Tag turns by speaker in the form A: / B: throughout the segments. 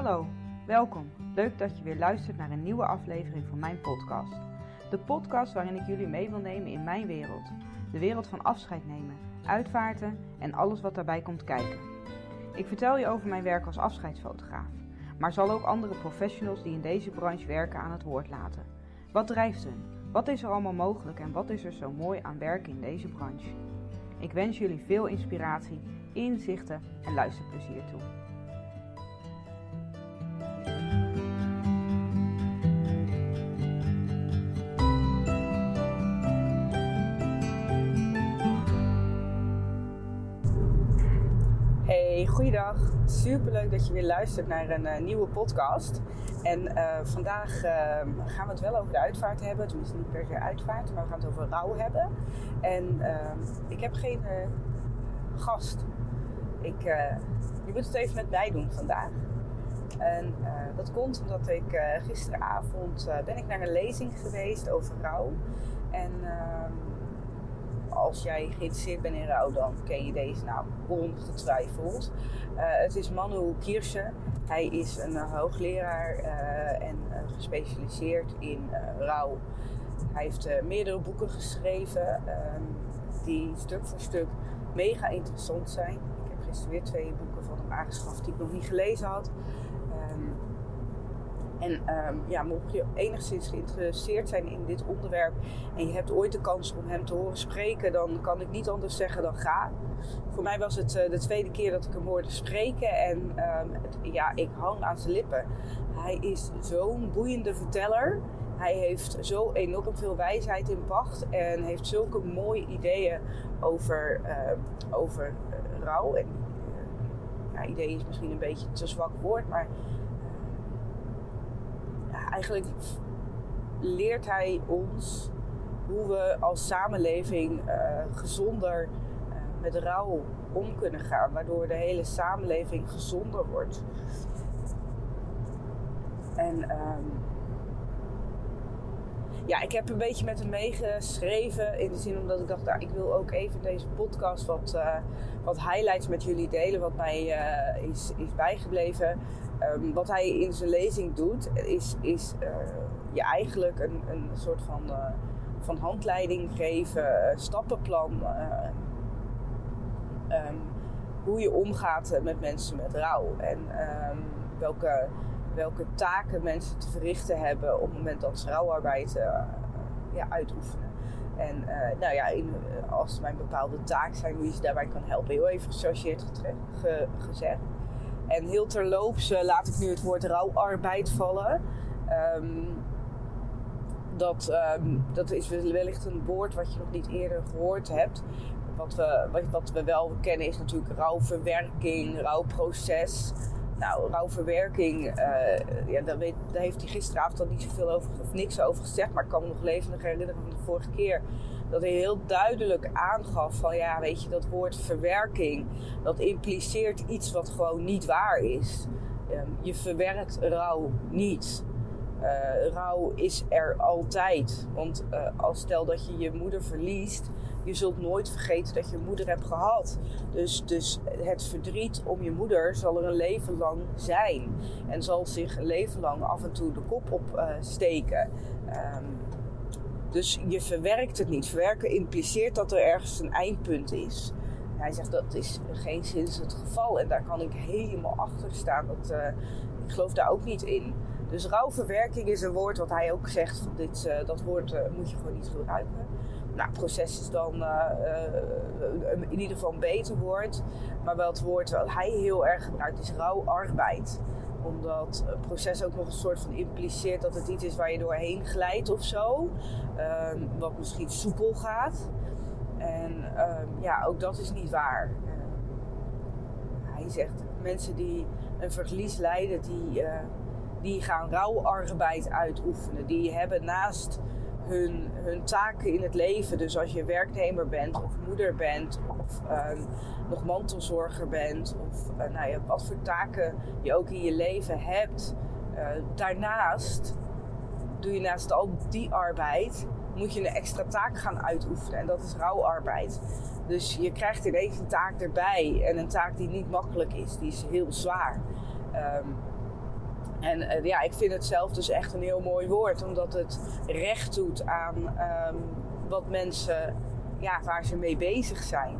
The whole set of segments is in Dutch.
A: Hallo, welkom. Leuk dat je weer luistert naar een nieuwe aflevering van mijn podcast. De podcast waarin ik jullie mee wil nemen in mijn wereld. De wereld van afscheid nemen, uitvaarten en alles wat daarbij komt kijken. Ik vertel je over mijn werk als afscheidsfotograaf, maar zal ook andere professionals die in deze branche werken aan het woord laten. Wat drijft hun? Wat is er allemaal mogelijk en wat is er zo mooi aan werken in deze branche? Ik wens jullie veel inspiratie, inzichten en luisterplezier toe. Hey, goeiedag. Superleuk dat je weer luistert naar een nieuwe podcast. En vandaag gaan we het wel over de uitvaart hebben. Tenminste niet per se uitvaart, maar we gaan het over rouw hebben. En ik heb geen gast. Je moet het even met mij doen vandaag. En dat komt omdat ik gisteravond ben ik naar een lezing geweest over rouw. En als jij geïnteresseerd bent in rouw, dan ken je deze naam ongetwijfeld. Het is Manu Kirse. Hij is een hoogleraar en gespecialiseerd in rouw. Hij heeft meerdere boeken geschreven die stuk voor stuk mega interessant zijn. Ik heb gisteren weer 2 boeken van hem aangeschaft die ik nog niet gelezen had. Mocht je enigszins geïnteresseerd zijn in dit onderwerp en je hebt ooit de kans om hem te horen spreken, dan kan ik niet anders zeggen dan ga. Voor mij was het de tweede keer dat ik hem hoorde spreken en ik hang aan zijn lippen. Hij is zo'n boeiende verteller. Hij heeft zo enorm veel wijsheid in pacht en heeft zulke mooie ideeën over rouw. En idee is misschien een beetje een te zwak woord, maar eigenlijk leert hij ons hoe we als samenleving gezonder met rouw om kunnen gaan. Waardoor de hele samenleving gezonder wordt. En ik heb een beetje met hem meegeschreven. In de zin omdat ik dacht, ik wil ook even in deze podcast wat highlights met jullie delen. Wat mij is bijgebleven. Wat hij in zijn lezing doet, is eigenlijk een soort van handleiding geven, stappenplan. Hoe je omgaat met mensen met rouw. En welke taken mensen te verrichten hebben op het moment dat ze rouwarbeid uitoefenen. En als er een bepaalde taak zijn, hoe je ze daarbij kan helpen. Heel even gechargeerd gezegd. En heel terloops laat ik nu het woord rouwarbeid vallen. Dat is wellicht een woord wat je nog niet eerder gehoord hebt. Wat we wel kennen is natuurlijk rouwverwerking, rouwproces. Nou, rouwverwerking, daar heeft hij gisteravond al niet zoveel over, of niks over gezegd. Maar ik kan me nog levendig herinneren van de vorige keer dat hij heel duidelijk aangaf van dat woord verwerking, dat impliceert iets wat gewoon niet waar is. Je verwerkt rouw niet. Rouw is er altijd. Want stel dat je je moeder verliest, je zult nooit vergeten dat je een moeder hebt gehad. Dus het verdriet om je moeder zal er een leven lang zijn. En zal zich een leven lang af en toe de kop opsteken. Dus je verwerkt het niet. Verwerken impliceert dat er ergens een eindpunt is. Hij zegt dat is geenszins het geval. En daar kan ik helemaal achter staan. Ik geloof daar ook niet in. Dus rouwverwerking is een woord wat hij ook zegt. Dat woord moet je gewoon niet gebruiken. Nou, proces is dan in ieder geval een beter woord. Maar wel het woord wat hij heel erg gebruikt is rouwarbeid. Omdat het proces ook nog een soort van impliceert dat het iets is waar je doorheen glijdt of zo. Wat misschien soepel gaat. En ook dat is niet waar. Hij zegt mensen die een verlies lijden, die gaan rouwarbeid uitoefenen. Die hebben naast hun taken in het leven. Dus als je werknemer bent of moeder bent of nog mantelzorger bent of wat voor taken je ook in je leven hebt. Daarnaast doe je naast al die arbeid, moet je een extra taak gaan uitoefenen. En dat is rouwarbeid. Dus je krijgt ineens een taak erbij. En een taak die niet makkelijk is. Die is heel zwaar. En ik vind het zelf dus echt een heel mooi woord. Omdat het recht doet aan wat mensen, waar ze mee bezig zijn.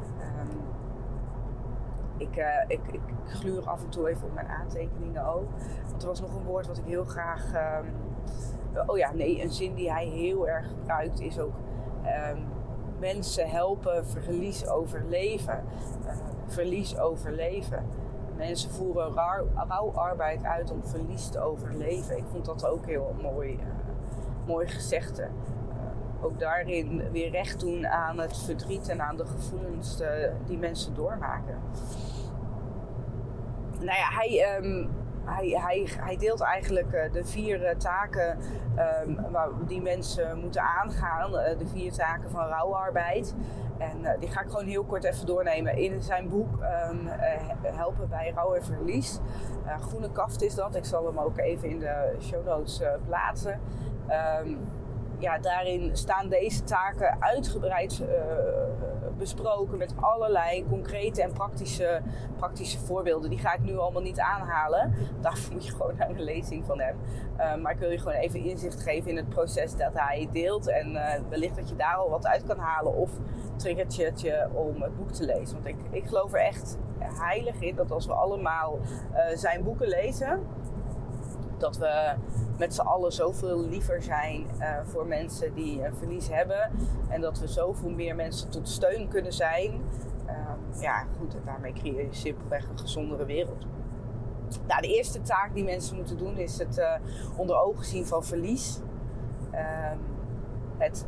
A: Ik gluur af en toe even op mijn aantekeningen ook. Want er was nog een woord wat ik heel graag... een zin die hij heel erg gebruikt is ook... mensen helpen verlies overleven. Verlies overleven. Mensen voeren rouwarbeid uit om verlies te overleven. Ik vond dat ook heel mooi gezegde. Ook daarin weer recht doen aan het verdriet en aan de gevoelens die mensen doormaken. Nou ja, hij deelt eigenlijk de 4 taken die mensen moeten aangaan. De 4 taken van rouwarbeid. En die ga ik gewoon heel kort even doornemen. In zijn boek Helpen bij rouw en verlies. Groene kaft is dat. Ik zal hem ook even in de show notes plaatsen. Daarin staan deze taken uitgebreid besproken met allerlei concrete en praktische voorbeelden. Die ga ik nu allemaal niet aanhalen. Daarvoor moet je gewoon naar een lezing van hem. Maar ik wil je gewoon even inzicht geven in het proces dat hij deelt. En wellicht dat je daar al wat uit kan halen. Of triggert je het je om het boek te lezen. Want ik geloof er echt heilig in dat als we allemaal zijn boeken lezen... dat we met z'n allen zoveel liever zijn voor mensen die een verlies hebben. En dat we zoveel meer mensen tot steun kunnen zijn. En daarmee creëer je simpelweg een gezondere wereld. Nou, de eerste taak die mensen moeten doen is het onder ogen zien van verlies. Het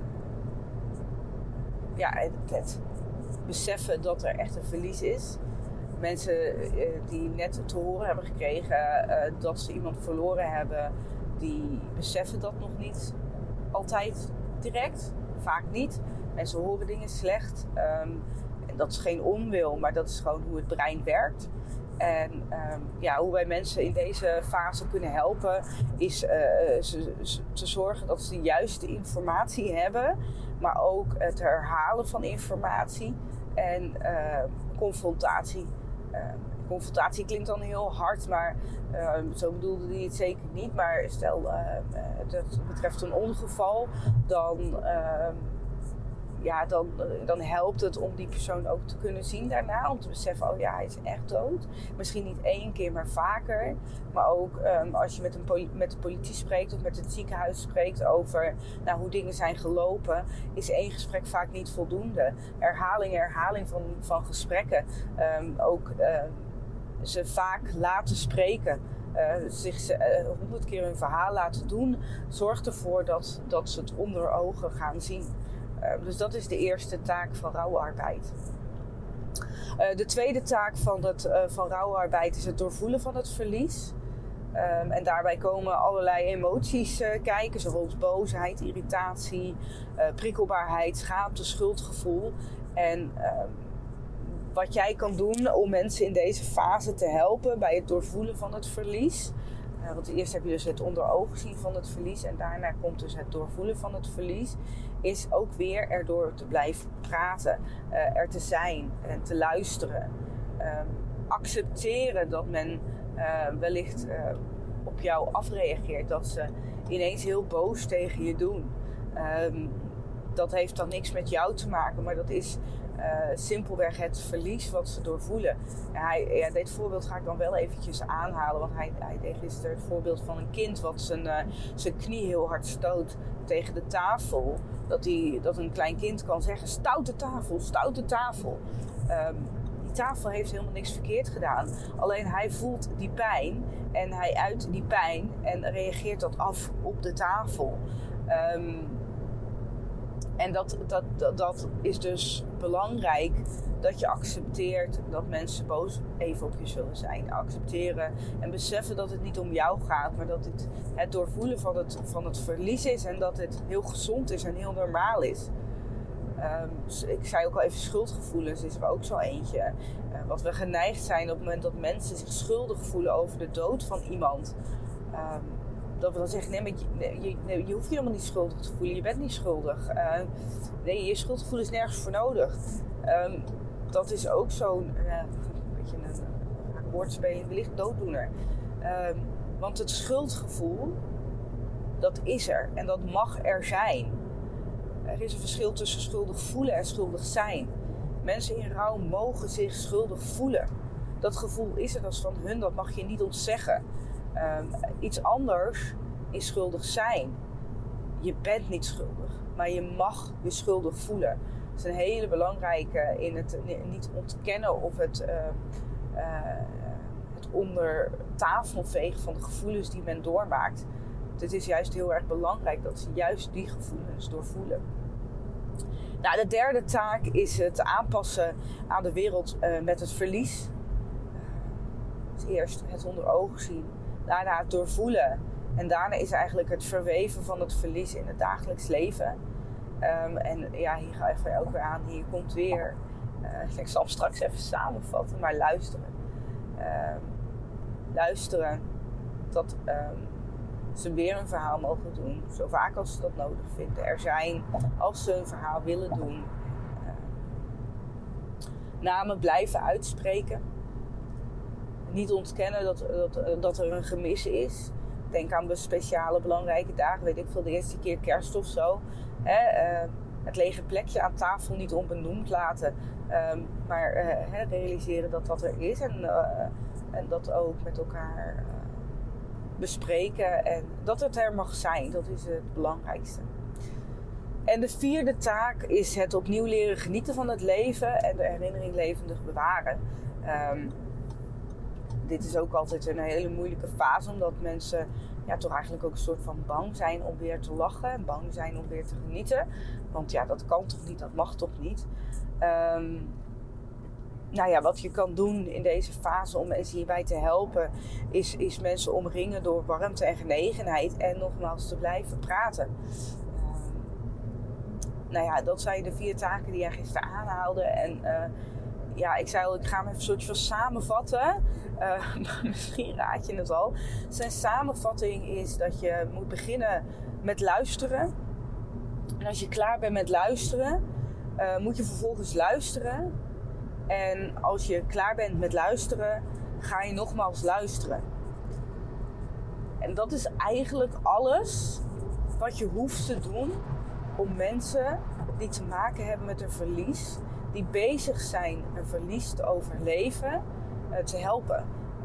A: beseffen dat er echt een verlies is. Mensen die net te horen hebben gekregen dat ze iemand verloren hebben, die beseffen dat nog niet altijd direct. Vaak niet. Mensen horen dingen slecht. En dat is geen onwil, maar dat is gewoon hoe het brein werkt. En hoe wij mensen in deze fase kunnen helpen, is te zorgen dat ze de juiste informatie hebben, maar ook het herhalen van informatie en confrontatie. Confrontatie klinkt dan heel hard, maar zo bedoelde hij het zeker niet. Maar stel dat betreft een ongeval, dan helpt het om die persoon ook te kunnen zien daarna. Om te beseffen, hij is echt dood. Misschien niet 1 keer, maar vaker. Maar ook als je met de politie spreekt of met het ziekenhuis spreekt over hoe dingen zijn gelopen, is 1 gesprek vaak niet voldoende. Herhaling van gesprekken. Ze vaak laten spreken. 100 keer hun verhaal laten doen, zorgt ervoor dat ze het onder ogen gaan zien. Dus dat is de eerste taak van rouwarbeid. De tweede taak van rouwarbeid is het doorvoelen van het verlies. En daarbij komen allerlei emoties kijken, zoals boosheid, irritatie, prikkelbaarheid, schaamte, schuldgevoel. En wat jij kan doen om mensen in deze fase te helpen bij het doorvoelen van het verlies. Want eerst heb je dus het onder ogen zien van het verlies en daarna komt dus het doorvoelen van het verlies. Is ook weer erdoor te blijven praten, er te zijn en te luisteren. Accepteren dat men wellicht op jou afreageert, dat ze ineens heel boos tegen je doen. Dat heeft dan niks met jou te maken, maar dat is simpelweg het verlies wat ze doorvoelen. Dit voorbeeld ga ik dan wel eventjes aanhalen, want hij deed gisteren het voorbeeld van een kind wat zijn knie heel hard stoot tegen de tafel. Dat een klein kind kan zeggen, stoute tafel, stoute tafel. Die tafel heeft helemaal niks verkeerd gedaan. Alleen hij voelt die pijn en hij uit die pijn en reageert dat af op de tafel. En dat is dus belangrijk, dat je accepteert dat mensen boos even op je zullen zijn. Accepteren en beseffen dat het niet om jou gaat, maar dat het doorvoelen van het verlies is en dat het heel gezond is en heel normaal is. Ik zei ook al even schuldgevoelens, is er ook zo eentje. Wat we geneigd zijn op het moment dat mensen zich schuldig voelen over de dood van iemand. Dat we dan zeggen, je hoeft je helemaal niet schuldig te voelen. Je bent niet schuldig. Je schuldgevoel is nergens voor nodig. Dat is ook zo'n beetje een woordspeling, wellicht dooddoener. Want het schuldgevoel, dat is er en dat mag er zijn. Er is een verschil tussen schuldig voelen en schuldig zijn. Mensen in rouw mogen zich schuldig voelen. Dat gevoel is er, dat is van hun, dat mag je niet ontzeggen. Iets anders is schuldig zijn. Je bent niet schuldig, maar je mag je schuldig voelen. Dat is een hele belangrijke in het niet ontkennen of het onder tafel vegen van de gevoelens die men doormaakt. Het is juist heel erg belangrijk dat ze juist die gevoelens doorvoelen. Nou, de derde taak is het aanpassen aan de wereld met het verlies. Dus eerst het onder ogen zien, daarna het doorvoelen. En daarna is eigenlijk het verweven van het verlies in het dagelijks leven. En ja, hier ga je ook weer aan. Hier komt weer. Ik zal hem straks even samenvatten, maar luisteren. Luisteren dat ze weer een verhaal mogen doen. Zo vaak als ze dat nodig vinden. Er zijn, als ze een verhaal willen doen. Namen blijven uitspreken. Niet ontkennen dat er een gemis is. Denk aan de speciale belangrijke dagen. Weet ik veel, de eerste keer kerst of zo. Het lege plekje aan tafel niet onbenoemd laten. Maar realiseren dat dat er is. En dat ook met elkaar bespreken. En dat het er mag zijn. Dat is het belangrijkste. En de vierde taak is het opnieuw leren genieten van het leven. En de herinnering levendig bewaren. Dit is ook altijd een hele moeilijke fase. Omdat mensen toch eigenlijk ook een soort van bang zijn om weer te lachen. En bang zijn om weer te genieten. Want ja, dat kan toch niet, dat mag toch niet. Wat je kan doen in deze fase om mensen hierbij te helpen, is mensen omringen door warmte en genegenheid. En nogmaals te blijven praten. Dat zijn de 4 taken die jij gisteren aanhaalde. En ik zei al, ik ga hem even een soort van samenvatten. Misschien raad je het al. Zijn samenvatting is dat je moet beginnen met luisteren. En als je klaar bent met luisteren, moet je vervolgens luisteren. En als je klaar bent met luisteren, ga je nogmaals luisteren. En dat is eigenlijk alles wat je hoeft te doen om mensen die te maken hebben met een verlies, die bezig zijn een verlies te overleven, te helpen.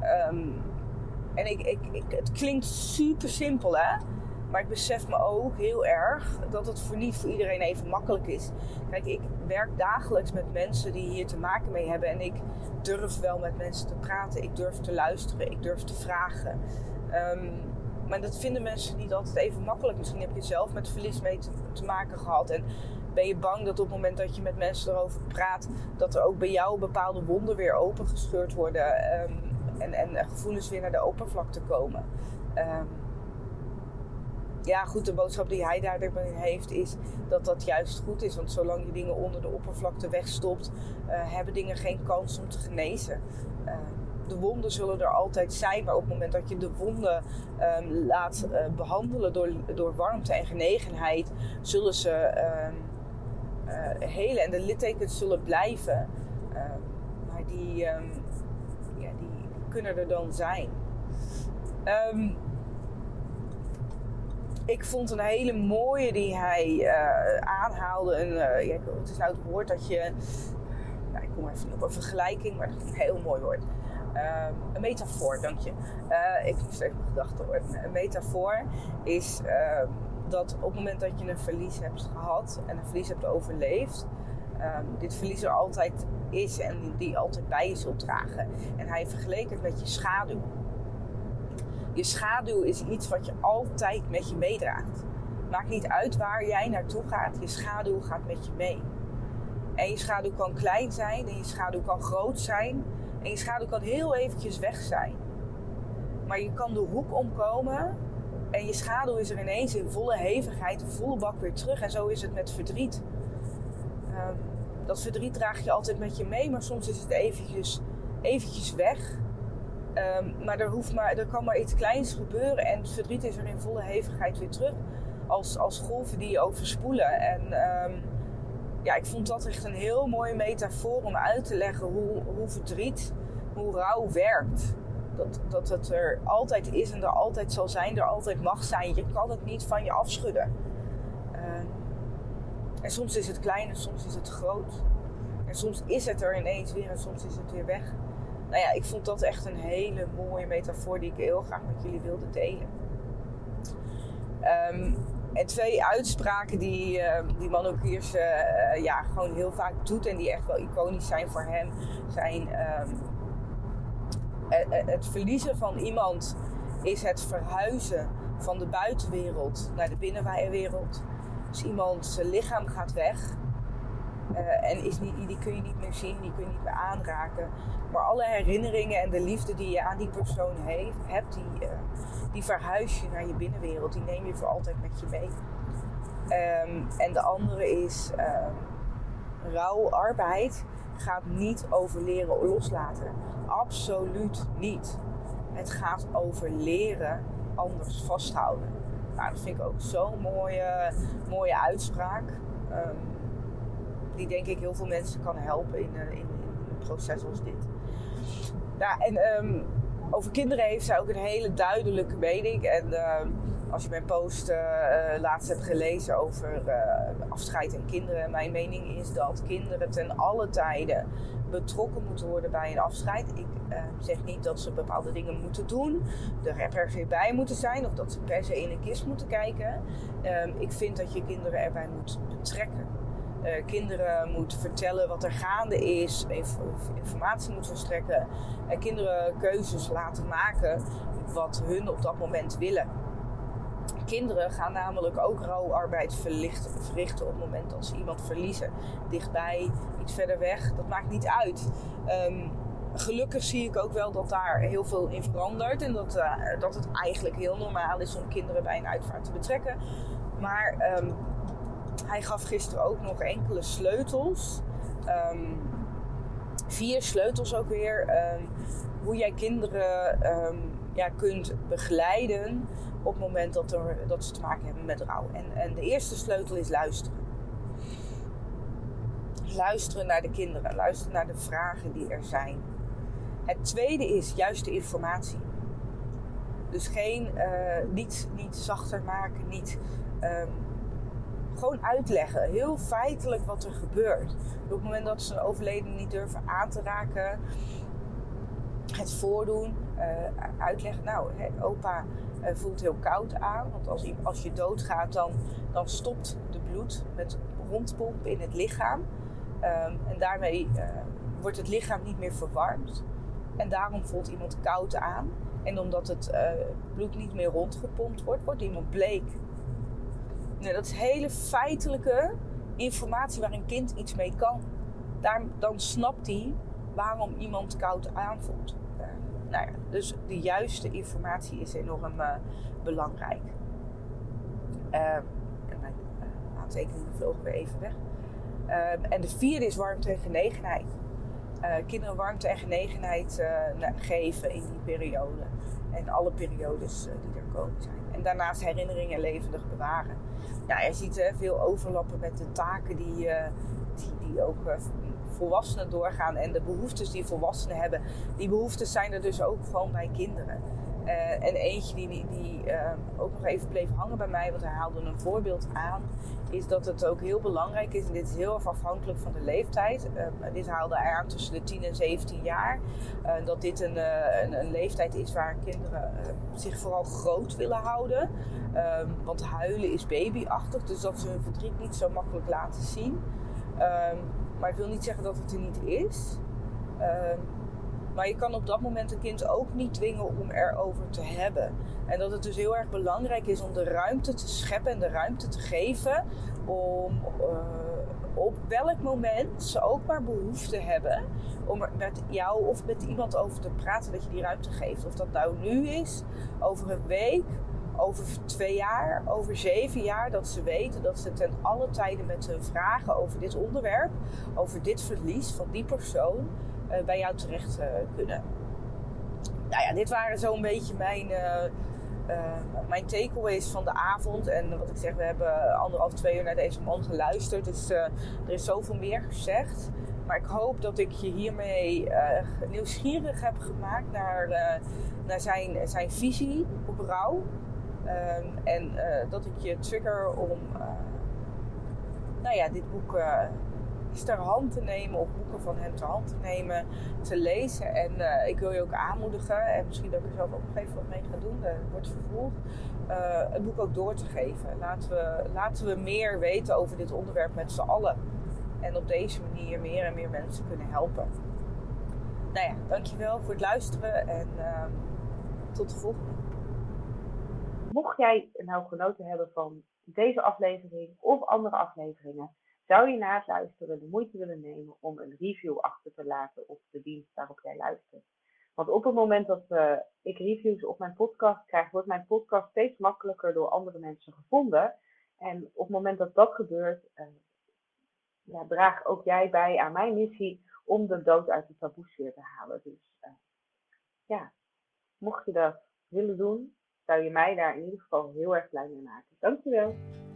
A: Het klinkt super simpel, hè? Maar ik besef me ook heel erg dat het niet voor iedereen even makkelijk is. Kijk, ik werk dagelijks met mensen die hier te maken mee hebben. En ik durf wel met mensen te praten. Ik durf te luisteren. Ik durf te vragen. Maar dat vinden mensen niet altijd even makkelijk. Misschien heb je zelf met verlies mee te maken gehad. En ben je bang dat op het moment dat je met mensen erover praat, dat er ook bij jou bepaalde wonden weer opengescheurd worden. En gevoelens weer naar de oppervlakte komen. De boodschap die hij daarin heeft is dat dat juist goed is. Want zolang je dingen onder de oppervlakte wegstopt, hebben dingen geen kans om te genezen. De wonden zullen er altijd zijn, maar op het moment dat je de wonden laat behandelen door warmte en genegenheid, zullen ze helen en de littekens zullen blijven. Maar die kunnen er dan zijn. Ik vond een hele mooie die hij aanhaalde. Het is nou het woord dat je... ik kom even niet op een vergelijking, maar dat is een heel mooi woord. Een metafoor, dank je. Ik moest even mijn gedachten worden. Een metafoor is dat op het moment dat je een verlies hebt gehad en een verlies hebt overleefd, dit verlies er altijd is en die altijd bij je zult dragen. En hij vergeleek het met je schaduw. Je schaduw is iets wat je altijd met je meedraagt. Maakt niet uit waar jij naartoe gaat. Je schaduw gaat met je mee. En je schaduw kan klein zijn. En je schaduw kan groot zijn. En je schaduw kan heel eventjes weg zijn. Maar je kan de hoek omkomen. En je schaduw is er ineens in volle hevigheid, volle bak weer terug. En zo is het met verdriet. Dat verdriet draag je altijd met je mee. Maar soms is het eventjes weg. Maar er kan maar iets kleins gebeuren en het verdriet is er in volle hevigheid weer terug. Als golven die je overspoelen. En ik vond dat echt een heel mooie metafoor om uit te leggen hoe verdriet, hoe rouw werkt. Dat het er altijd is en er altijd zal zijn, er altijd mag zijn. Je kan het niet van je afschudden. En soms is het klein en soms is het groot. En soms is het er ineens weer en soms is het weer weg. Nou ja, ik vond dat echt een hele mooie metafoor die ik heel graag met jullie wilde delen. En 2 uitspraken die man ook hier gewoon heel vaak doet en die echt wel iconisch zijn voor hem, zijn het verliezen van iemand is het verhuizen van de buitenwereld naar de binnenwereld. Dus iemand zijn lichaam gaat weg en die kun je niet meer zien, die kun je niet meer aanraken. Maar alle herinneringen en de liefde die je aan die persoon hebt, die verhuis je naar je binnenwereld. Die neem je voor altijd met je mee. En de andere is rouwarbeid gaat niet over leren loslaten. Absoluut niet. Het gaat over leren anders vasthouden. Nou, dat vind ik ook zo'n mooie uitspraak. Die denk ik heel veel mensen kan helpen in een proces als dit. Ja, en over kinderen heeft zij ook een hele duidelijke mening. En als je mijn post laatst hebt gelezen over afscheid en kinderen. Mijn mening is dat kinderen ten alle tijden betrokken moeten worden bij een afscheid. Ik zeg niet dat ze bepaalde dingen moeten doen. Er per se bij moeten zijn. Of dat ze per se in een kist moeten kijken. Ik vind dat je kinderen erbij moet betrekken. Kinderen moet vertellen wat er gaande is, informatie moet verstrekken en kinderen keuzes laten maken wat hun op dat moment willen. Kinderen gaan namelijk ook rouwarbeid verrichten op het moment dat ze iemand verliezen. Dichtbij, iets verder weg, dat maakt niet uit. Gelukkig zie ik ook wel dat daar heel veel in verandert en dat het eigenlijk heel normaal is om kinderen bij een uitvaart te betrekken. Maar hij gaf gisteren ook nog enkele sleutels. 4 sleutels ook weer. Hoe jij kinderen kunt begeleiden op het moment dat ze te maken hebben met rouw. En de eerste sleutel is luisteren. Luisteren naar de kinderen. Luisteren naar de vragen die er zijn. Het tweede is juiste informatie. Dus niet zachter maken, niet... Gewoon uitleggen, heel feitelijk wat er gebeurt. Op het moment dat ze een overledene niet durven aan te raken, het voordoen, uitleggen. Nou, opa voelt heel koud aan, want als je doodgaat, dan stopt de bloed met rondpompen in het lichaam. En daarmee wordt het lichaam niet meer verwarmd. En daarom voelt iemand koud aan. En omdat het bloed niet meer rondgepompt wordt iemand bleek. Nee, dat is hele feitelijke informatie waar een kind iets mee kan. Dan snapt hij waarom iemand koud aanvoelt. Dus de juiste informatie is enorm belangrijk. En mijn aantekeningen vlogen weer even weg. En de vierde is warmte en genegenheid. Kinderen warmte en genegenheid geven in die periode. En alle periodes die er komen zijn. En daarnaast herinneringen levendig bewaren. Ja, je ziet veel overlappen met de taken die ook volwassenen doorgaan. En de behoeftes die volwassenen hebben. Die behoeftes zijn er dus ook gewoon bij kinderen. En eentje die ook nog even bleef hangen bij mij. Want hij haalde een voorbeeld aan. Is dat het ook heel belangrijk is. En dit is heel erg afhankelijk van de leeftijd. Dit haalde hij aan tussen de 10 en 17 jaar. Dat dit een leeftijd is waar kinderen zich vooral groot willen houden. Want huilen is babyachtig. Dus dat ze hun verdriet niet zo makkelijk laten zien. Maar ik wil niet zeggen dat het er niet is. Maar je kan op dat moment een kind ook niet dwingen om erover te hebben. En dat het dus heel erg belangrijk is om de ruimte te scheppen en de ruimte te geven om op welk moment ze ook maar behoefte hebben om er met jou of met iemand over te praten, dat je die ruimte geeft. Of dat nou nu is, over een week, over 2 jaar, over 7 jaar, dat ze weten dat ze ten alle tijden met hun vragen over dit onderwerp, over dit verlies van die persoon, bij jou terecht kunnen. Nou ja, dit waren zo'n beetje mijn takeaways van de avond. En wat ik zeg, we hebben 1,5, 2 uur naar deze man geluisterd. Dus er is zoveel meer gezegd. Maar ik hoop dat ik je hiermee nieuwsgierig heb gemaakt naar zijn visie op rouw. En dat ik je trigger om dit boek eens ter hand te nemen, of boeken van hem ter hand te nemen, te lezen. En ik wil je ook aanmoedigen, en misschien dat ik er zelf ook nog even wat mee ga doen, dat wordt vervolgd, het boek ook door te geven. Laten we meer weten over dit onderwerp met z'n allen. En op deze manier meer en meer mensen kunnen helpen. Nou ja, dankjewel voor het luisteren en tot de volgende.
B: Mocht jij nou genoten hebben van deze aflevering of andere afleveringen, zou je na het luisteren de moeite willen nemen om een review achter te laten op de dienst waarop jij luistert. Want op het moment dat ik reviews op mijn podcast krijg, wordt mijn podcast steeds makkelijker door andere mensen gevonden. En op het moment dat dat gebeurt, draag ook jij bij aan mijn missie om de dood uit de taboesfeer te halen. Dus mocht je dat willen doen, zou je mij daar in ieder geval heel erg blij mee maken. Dankjewel.